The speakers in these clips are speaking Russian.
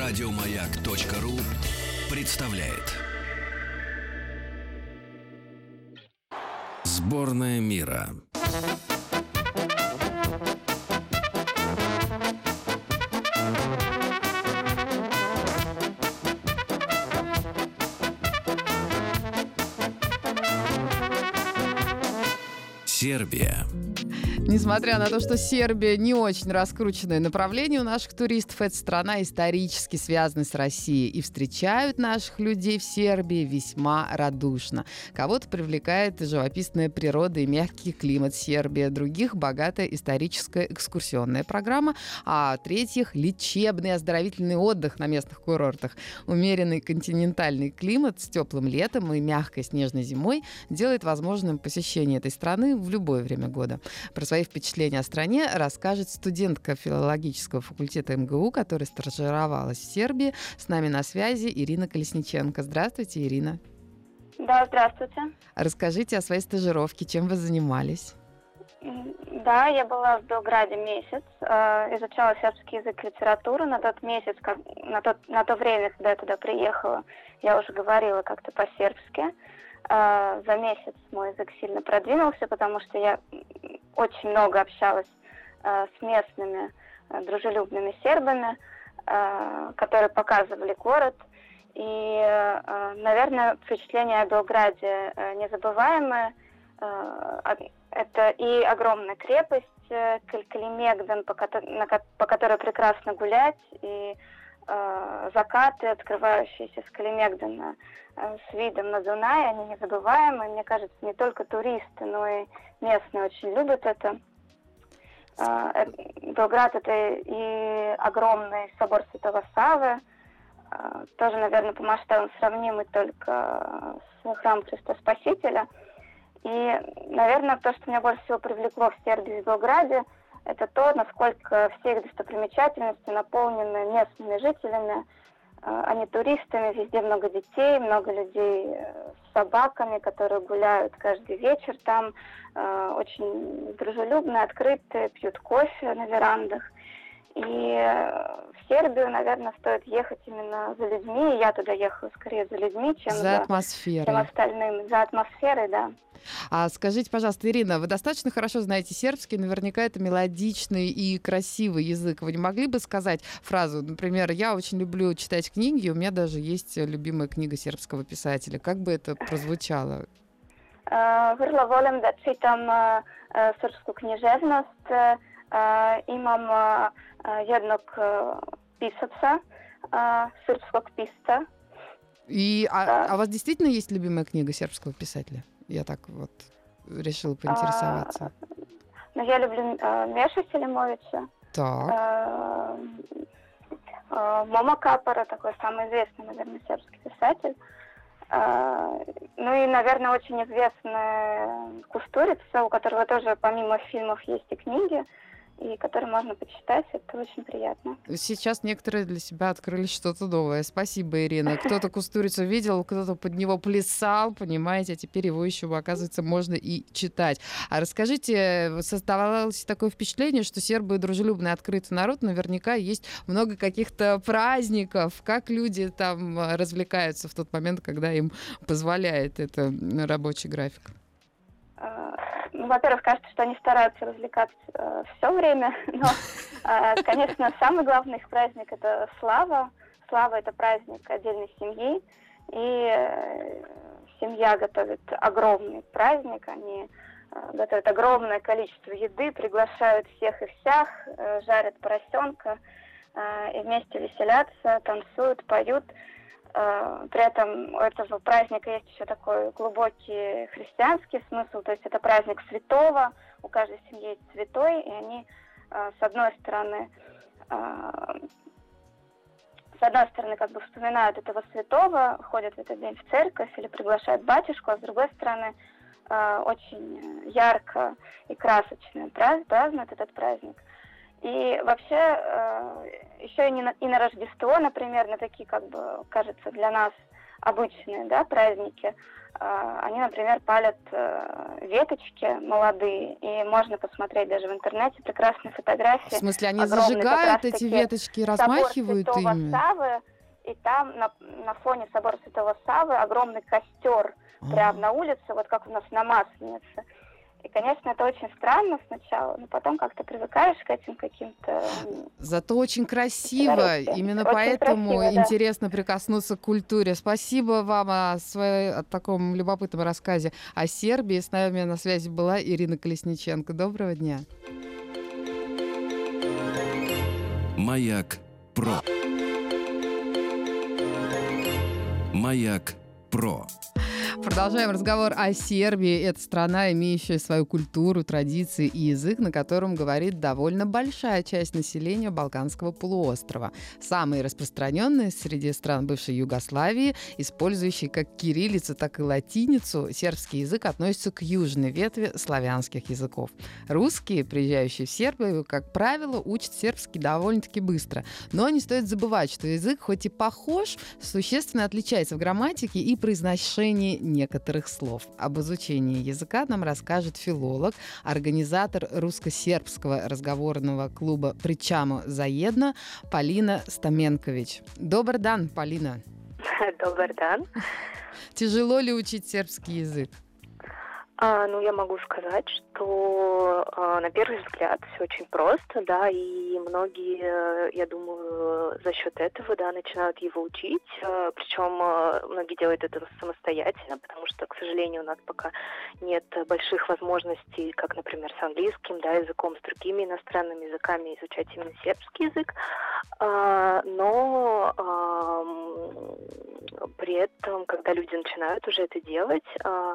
Радиомаяк.ру представляет Сборная мира. Сербия. Несмотря на то, что Сербия не очень раскрученное направление у наших туристов, эта страна исторически связана с Россией, и встречают наших людей в Сербии весьма радушно. Кого-то привлекает живописная природа и мягкий климат Сербии, других – богатая историческая экскурсионная программа, а третьих – лечебный оздоровительный отдых на местных курортах. Умеренный континентальный климат с теплым летом и мягкой снежной зимой делает возможным посещение этой страны в любое время года. Про свои впечатления о стране расскажет студентка филологического факультета МГУ, которая стажировалась в Сербии. С нами на связи Ирина Колесниченко. Здравствуйте, Ирина. Да, здравствуйте. Расскажите о своей стажировке, чем вы занимались? Да, я была в Белграде месяц, изучала сербский язык и литературу. На тот месяц, на то время, когда я туда приехала, я уже говорила как-то по-сербски. За месяц мой язык сильно продвинулся, потому что я очень много общалась с местными дружелюбными сербами, которые показывали город. И, наверное, впечатление о Белграде незабываемое. Это и огромная крепость Калимегдан, по которой прекрасно гулять, и закаты, открывающиеся с Калимегдана с видом на Дунай, они незабываемые. Мне кажется, не только туристы, но и местные очень любят это. Белград — это и огромный собор Святого Саввы, тоже, наверное, по масштабам сравнимый только с храмом Христа Спасителя. И, наверное, то, что меня больше всего привлекло в Сербии и в Белграде, это то, насколько все их достопримечательности наполнены местными жителями, а не туристами. Везде много детей, много людей с собаками, которые гуляют каждый вечер там, очень дружелюбные, открытые, пьют кофе на верандах. И в Сербию, наверное, стоит ехать именно за людьми. Я туда ехала скорее за людьми, чем за атмосферой. Чем остальным. За атмосферой, да. А скажите, пожалуйста, Ирина, вы достаточно хорошо знаете сербский, наверняка это мелодичный и красивый язык. Вы не могли бы сказать фразу, например, я очень люблю читать книги, у меня даже есть любимая книга сербского писателя. Как бы это прозвучало? Vrlo volim da čitam srpsku književnost. Imam jednog писаца, српскog писца. А у вас действительно есть любимая книга сербского писателя? Я так вот решила поинтересоваться. Я люблю Мешу Селимовича. Так. Момо Капара, такой самый известный, наверное, сербский писатель. Ну и, наверное, очень известный Кустурица, у которого тоже помимо фильмов есть и книги, и которые можно почитать. Это очень приятно. Сейчас некоторые для себя открыли что-то новое. Спасибо, Ирина. Кто-то Кустурицу видел, кто-то под него плясал, понимаете, а теперь его еще, оказывается, можно и читать. А расскажите, создавалось такое впечатление, что сербы дружелюбный, открытый народ, наверняка есть много каких-то праздников. Как люди там развлекаются в тот момент, когда им позволяет это рабочий график? Во-первых, кажется, что они стараются развлекаться все время, но, конечно, самый главный их праздник – это слава. Слава – это праздник отдельной семьи, и семья готовит огромный праздник, они готовят огромное количество еды, приглашают всех и всях, жарят поросенка, и вместе веселятся, танцуют, поют. При этом у этого праздника есть еще такой глубокий христианский смысл, то есть это праздник святого, у каждой семьи есть святой, и они, с одной стороны, как бы вспоминают этого святого, ходят в этот день в церковь или приглашают батюшку, а с другой стороны, очень ярко и красочно празднуют этот праздник. И вообще, еще и на Рождество, например, на такие, как бы, кажется, для нас обычные, да, праздники, они, например, палят веточки молодые, и можно посмотреть даже в интернете прекрасные фотографии. В смысле, они Огромный зажигают эти веточки и размахивают собор Святого ими? Саввы, и там на фоне собора Святого Саввы огромный костер прямо на улице, вот как у нас на Масленице. И, конечно, это очень странно сначала, но потом как-то привыкаешь к этим каким-то... Зато очень красиво. фотографиям. Именно Очень поэтому красиво, да. интересно прикоснуться к культуре. Спасибо вам о таком любопытном рассказе о Сербии. С нами на связи была Ирина Колесниченко. Доброго дня. Маяк Про. Маяк Про. Продолжаем разговор о Сербии. Это страна, имеющая свою культуру, традиции и язык, на котором говорит довольно большая часть населения Балканского полуострова. Самые распространенные среди стран бывшей Югославии, использующие как кириллицу, так и латиницу, сербский язык относится к южной ветви славянских языков. Русские, приезжающие в Сербию, как правило, учат сербский довольно-таки быстро. Но не стоит забывать, что язык, хоть и похож, существенно отличается в грамматике и произношении некоторых слов. Об изучении языка нам расскажет филолог, организатор русско-сербского разговорного клуба «Причамо заедно» Полина Стаменкович. Добрый день, Полина. Добрый день. Тяжело ли учить сербский язык? Я могу сказать, что на первый взгляд все очень просто, да, и многие, я думаю, за счет этого, да, начинают его учить, причем многие делают это самостоятельно, потому что, к сожалению, у нас пока нет больших возможностей, как, например, с английским, да, языком, с другими иностранными языками изучать именно сербский язык, но при этом, когда люди начинают уже это делать,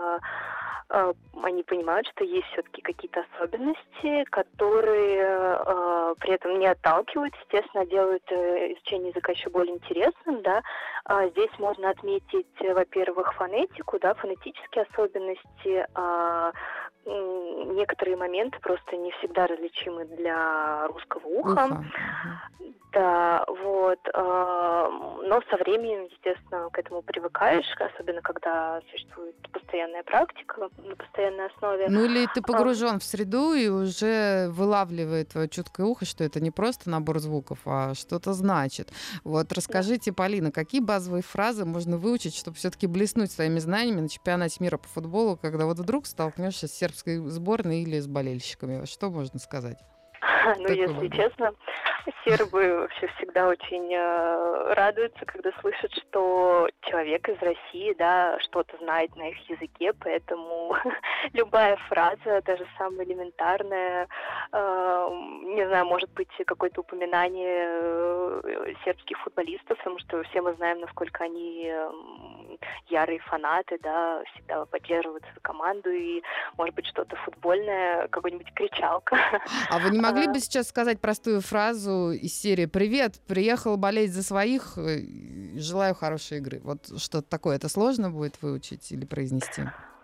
они понимают, что есть все-таки какие-то особенности, которые при этом не отталкивают, естественно, делают изучение языка еще более интересным, да. Здесь можно отметить, во-первых, фонетику, да, фонетические особенности, некоторые моменты просто не всегда различимы для русского уха. Да, вот. Но со временем, естественно, к этому привыкаешь, особенно когда существует постоянная практика на постоянной основе. Ну или ты погружен в среду и уже вылавливает твое чуткое ухо, что это не просто набор звуков, а что-то значит. Вот расскажите, Полина, какие базовые фразы можно выучить, чтобы все-таки блеснуть своими знаниями на чемпионате мира по футболу, когда вот вдруг столкнешься с сербской сборной или с болельщиками? Что можно сказать? Если честно, сербы вообще всегда очень радуются, когда слышат, что человек из России, да, что-то знает на их языке, поэтому любая фраза, даже самая элементарная, не знаю, может быть, какое-то упоминание сербских футболистов, потому что все мы знаем, насколько они ярые фанаты, да, всегда поддерживают свою команду, и, может быть, что-то футбольное, какой-нибудь кричалка. А вы не могли бы сейчас сказать простую фразу из серии «Привет, приехал болеть за своих, желаю хорошей игры». Вот что-то такое. Это сложно будет выучить или произнести?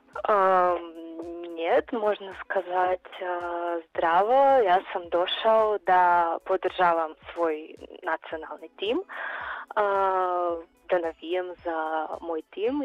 Нет, можно сказать «Здраво, я сам дошел да podržavam свой национальный тим, да навиjem за мой тим».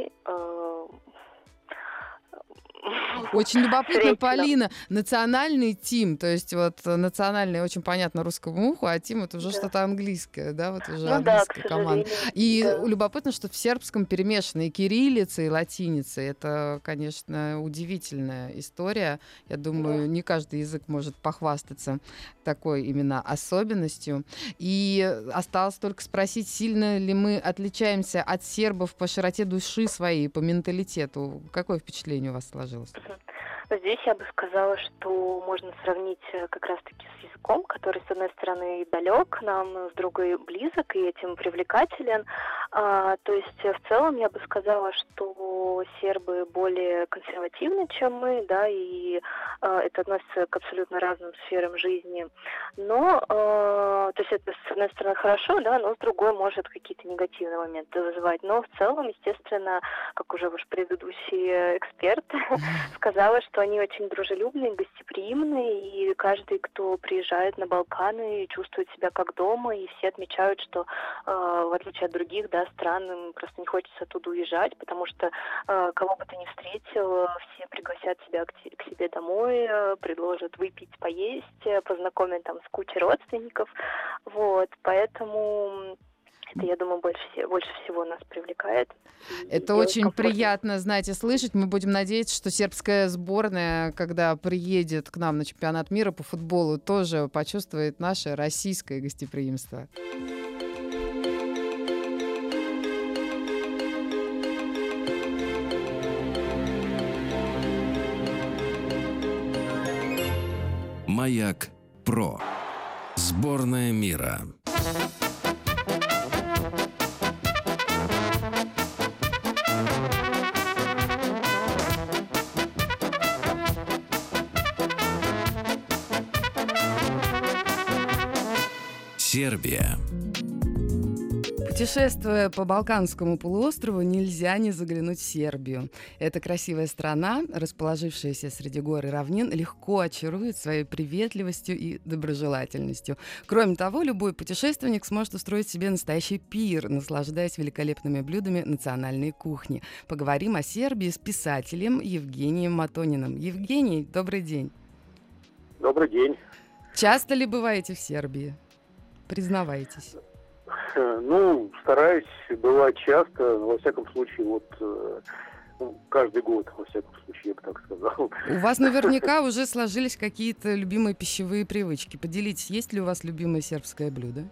Очень любопытно, Полина. Национальный тим, то есть вот национальный очень понятно русскому уху, а тим это уже что-то английское, да, вот уже английская команда. И любопытно, что в сербском перемешаны и кириллица, и латиница. Это, конечно, удивительная история. Я думаю, не каждый язык может похвастаться такой именно особенностью. И осталось только спросить, сильно ли мы отличаемся от сербов по широте души своей, по менталитету. Какое впечатление у вас сложилось? Здесь я бы сказала, что можно сравнить как раз-таки с языком, который, с одной стороны, далек нам, с другой близок и этим привлекателен. То есть в целом я бы сказала, что что сербы более консервативны, чем мы, да, и это относится к абсолютно разным сферам жизни. Но, то есть это, с одной стороны, хорошо, да, но с другой может какие-то негативные моменты вызывать. Но в целом, естественно, как уже ваш предыдущий эксперт сказала, что они очень дружелюбные, гостеприимные, и каждый, кто приезжает на Балканы, чувствует себя как дома, и все отмечают, что в отличие от других, да, стран, им просто не хочется оттуда уезжать, потому что кого бы ты ни встретил, все пригласят тебя к себе домой, предложат выпить, поесть, познакомят там с кучей родственников, вот, поэтому это, я думаю, больше всего нас привлекает. Это очень приятно, знаете, слышать. Мы будем надеяться, что сербская сборная, когда приедет к нам на чемпионат мира по футболу, тоже почувствует наше российское гостеприимство. Маяк ПРО. Сборная мира. Сербия. Путешествуя по Балканскому полуострову, нельзя не заглянуть в Сербию. Эта красивая страна, расположившаяся среди гор и равнин, легко очарует своей приветливостью и доброжелательностью. Кроме того, любой путешественник сможет устроить себе настоящий пир, наслаждаясь великолепными блюдами национальной кухни. Поговорим о Сербии с писателем Евгением Матониным. Евгений, добрый день. Добрый день. Часто ли бываете в Сербии? Признавайтесь. Ну, стараюсь бывать часто, во всяком случае, каждый год, во всяком случае, я бы так сказал. У вас наверняка уже сложились какие-то любимые пищевые привычки. Поделитесь, есть ли у вас любимое сербское блюдо?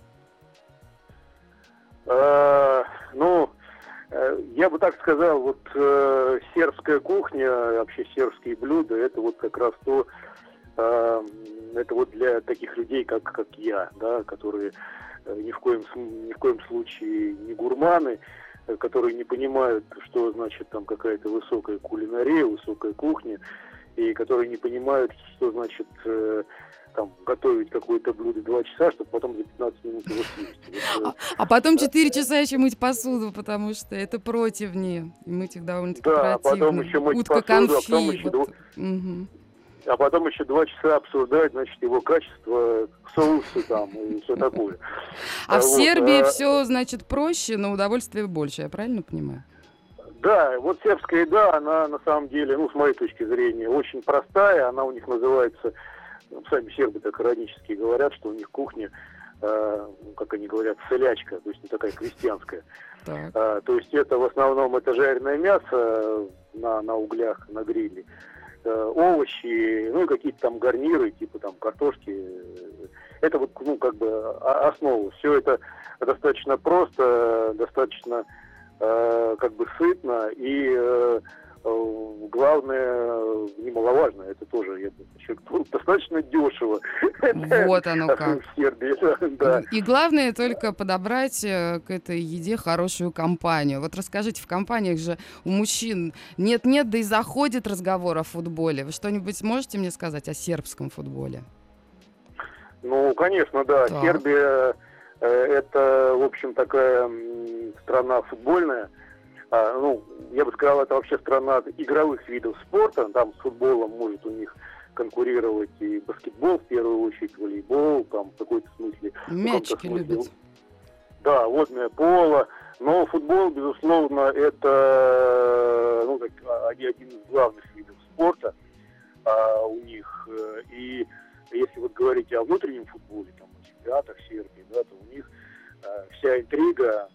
Я бы так сказал, сербская кухня, вообще сербские блюда, это вот как раз то, это вот для таких людей, как я, да, которые ни в коем случае не гурманы, которые не понимают, что значит там какая-то высокая кулинария, высокая кухня, и которые не понимают, что значит там готовить какое-то блюдо 2 часа, чтобы потом за 15 минут его съесть. А потом 4 часа еще мыть посуду, потому что это противни. И мыть их довольно-таки противно. Да, потом еще мыть посуду, а потом еще 2 часа обсуждать, значит, его качество, соусы там и все такое. А в Сербии все, значит, проще, но удовольствие больше, я правильно понимаю? Да, вот сербская еда, она на самом деле, с моей точки зрения, очень простая. Она у них называется, сами сербы так иронически говорят, что у них кухня, как они говорят, селячка, то есть не такая крестьянская. То есть это в основном это жареное мясо на углях, на гриле. Овощи, и какие-то там гарниры, типа там картошки. Это основа. Все это достаточно просто, достаточно сытно и главное, немаловажно, это тоже, я подчеркну, достаточно дешево. Вот оно как. В Сербии, да. И главное только подобрать к этой еде хорошую компанию. Вот расскажите, в компаниях же у мужчин нет-нет, да и заходит разговор о футболе. Вы что-нибудь можете мне сказать о сербском футболе? Ну, конечно, да. Так. Сербия это, в общем, такая страна футбольная. Я бы сказал, это вообще страна игровых видов спорта. Там с футболом может у них конкурировать и баскетбол, в первую очередь, волейбол, там в какой-то смысле. Мячики любят. Да, водное поло. Но футбол, безусловно, это один из главных видов спорта у них. И если говорить о внутреннем футболе, там, о чемпионатах Сербии, да, то у них вся интрига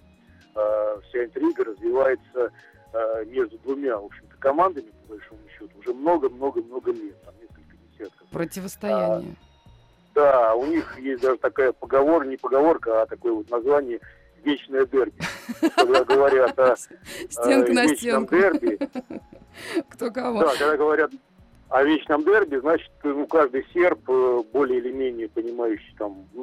развивается между двумя, в общем-то, командами, по большому счету, уже много-много-много лет, там несколько десятков. Противостояние. Да, у них есть даже такая не поговорка, а такое вот название «Вечное дерби». Когда говорят о вечном дерби. Кто кого? Да, когда говорят о вечном дерби, значит, каждый серб, более или менее понимающий,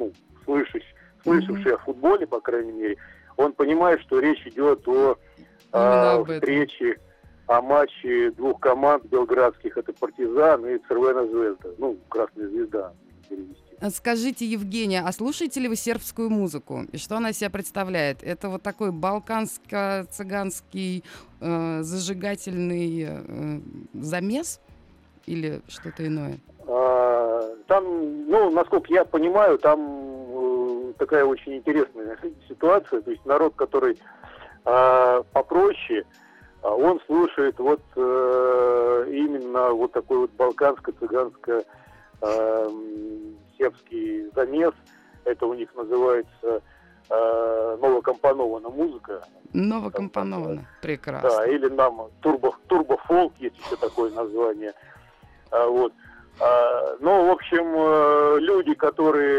слышавший о футболе, по крайней мере, он понимает, что речь идет о встречи о матче двух команд белградских, это «Партизан» и «Цервена Звезда», ну, «Красная звезда» перевести. Скажите, Евгения, а слушаете ли вы сербскую музыку? И что она из себя представляет? Это вот такой балканско-цыганский зажигательный замес или что-то иное? Там, ну, насколько я понимаю, там такая очень интересная ситуация. То есть народ, который попроще, он слушает вот именно вот такой вот балканско-цыганско-сербский замес. Это у них называется новокомпонована музыка. Новокомпонована, прекрасно. Да, или нам турбофолк, есть еще такое название. Вот. Ну, в общем, люди, которые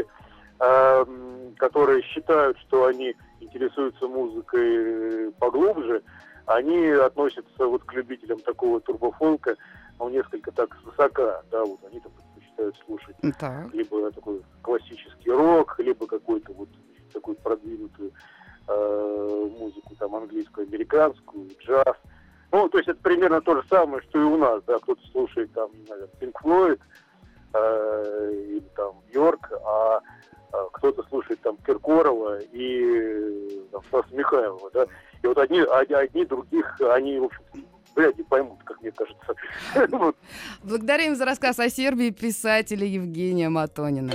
считают, что они интересуются музыкой поглубже, они относятся вот к любителям такого турбофолка, ну, несколько так свысока, да, вот они там предпочитают слушать либо такой классический рок, либо какой-то вот такую продвинутую музыку, там, английскую, американскую, джаз. Ну, то есть это примерно то же самое, что и у нас, да, кто-то слушает там, не знаю, Pink Floyd или там Йорк, а кто-то слушает там Киркорова и там, Стаса Михайлова, да. И вот одни других, они, в общем, вряд ли поймут, как мне кажется. Благодарим за рассказ о Сербии писателя Евгения Матонина.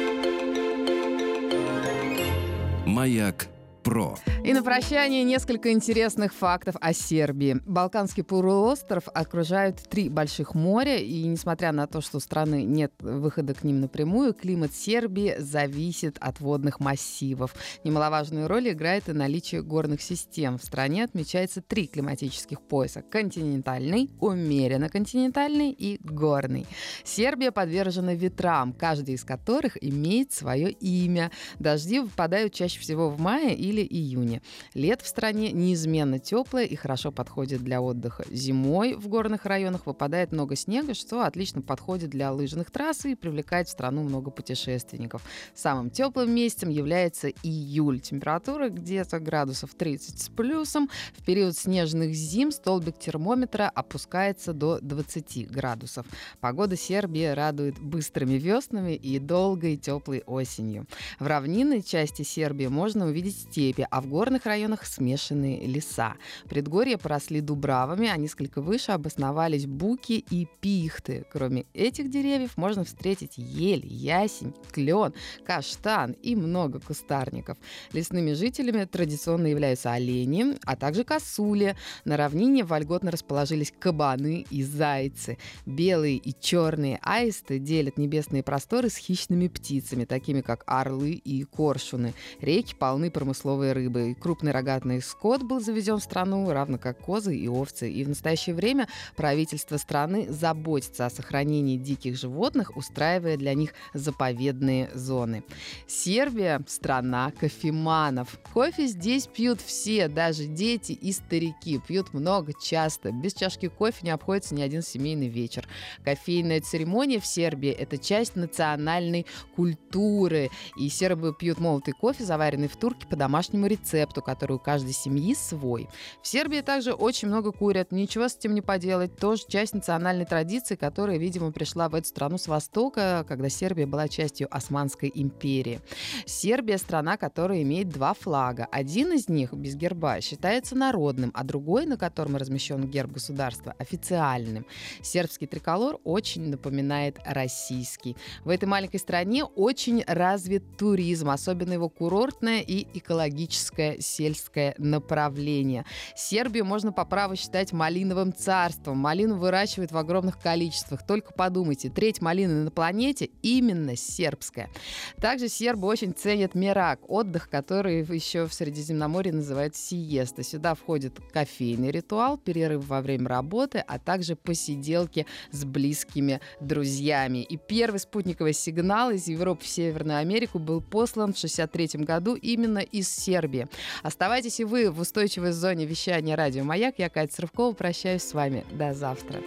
Маяк Про. И на прощание несколько интересных фактов о Сербии. Балканский полуостров окружают 3 больших моря, и несмотря на то, что у страны нет выхода к ним напрямую, климат Сербии зависит от водных массивов. Немаловажную роль играет и наличие горных систем. В стране отмечается 3 климатических пояса: континентальный, умеренно континентальный и горный. Сербия подвержена ветрам, каждый из которых имеет свое имя. Дожди выпадают чаще всего в мае или июне. Лето в стране неизменно теплое и хорошо подходит для отдыха. Зимой в горных районах выпадает много снега, что отлично подходит для лыжных трасс и привлекает в страну много путешественников. Самым теплым месяцем является июль. Температура где-то градусов 30 с плюсом. В период снежных зим столбик термометра опускается до 20 градусов. Погода Сербии радует быстрыми веснами и долгой теплой осенью. В равнинной части Сербии можно увидеть степи, а в горных районах смешанные леса. Предгорья поросли дубравами, а несколько выше обосновались буки и пихты. Кроме этих деревьев можно встретить ель, ясень, клен, каштан и много кустарников. Лесными жителями традиционно являются олени, а также косули. На равнине вольготно расположились кабаны и зайцы. Белые и черные аисты делят небесные просторы с хищными птицами, такими как орлы и коршуны. Реки полны промысловой рыбы. Крупный рогатый скот был завезен в страну, равно как козы и овцы. И в настоящее время правительство страны заботится о сохранении диких животных, устраивая для них заповедные зоны. Сербия – страна кофеманов. Кофе здесь пьют все, даже дети и старики. Пьют много, часто. Без чашки кофе не обходится ни один семейный вечер. Кофейная церемония в Сербии – это часть национальной культуры. И сербы пьют молотый кофе, заваренный в турке по домашнему рецепту, который у каждой семьи свой. В Сербии также очень много курят. Ничего с этим не поделать. Тоже часть национальной традиции, которая, видимо, пришла в эту страну с востока, когда Сербия была частью Османской империи. Сербия – страна, которая имеет 2 флага. Один из них, без герба, считается народным, а другой, на котором размещен герб государства, официальным. Сербский триколор очень напоминает российский. В этой маленькой стране очень развит туризм, особенно его курортное и экологическое сельское направление. Сербию можно по праву считать малиновым царством. Малину выращивают в огромных количествах. Только подумайте, 1/3 малины на планете именно сербская. Также сербы очень ценят мерак, отдых, который еще в Средиземноморье называют сиеста. Сюда входит кофейный ритуал, перерыв во время работы, а также посиделки с близкими друзьями. И первый спутниковый сигнал из Европы в Северную Америку был послан в 1963 году именно из Сербии. Оставайтесь и вы в устойчивой зоне вещания радио «Маяк». Я, Катя Срывкова, прощаюсь с вами. До завтра.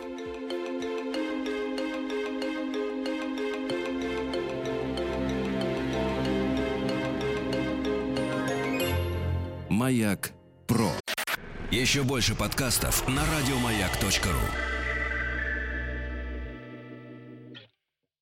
Маяк Про. Еще больше подкастов на радиомаяк.ру.